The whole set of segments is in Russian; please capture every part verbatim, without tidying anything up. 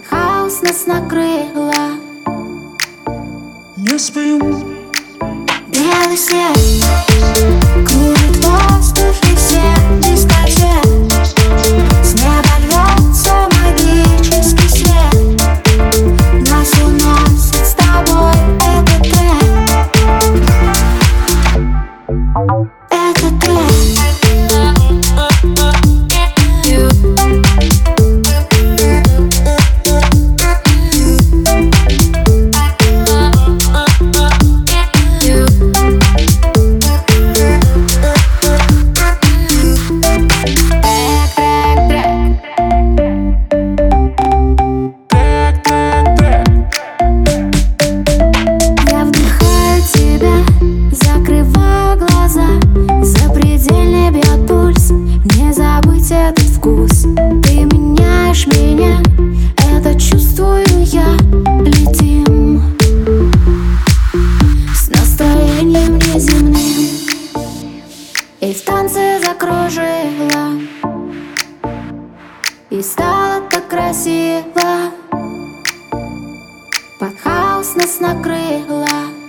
хаос нас накрыло. Не спим. Белый свет кружит воздух и все дискотек. С неба льется магический свет. Нас уносит с тобой этот трек. Этот трек. Этот вкус, ты меняешь меня, это чувствую я. Летим с настроением неземным и в танце закружила. И стало так красиво. Под хаос нас накрыло.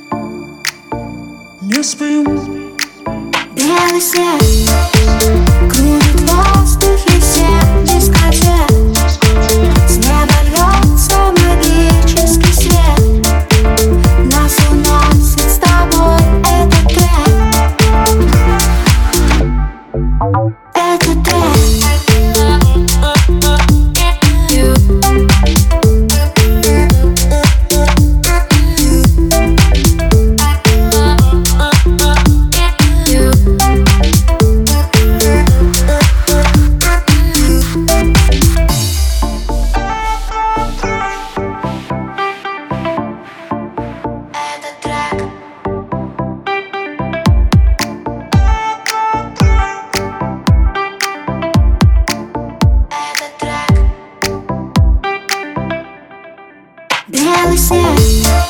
Не спим. Белый свет кружит воздух и все дискотек. С неба льется магический свет. Нас уносит с тобой этот трек. Этот трек. Белый свет.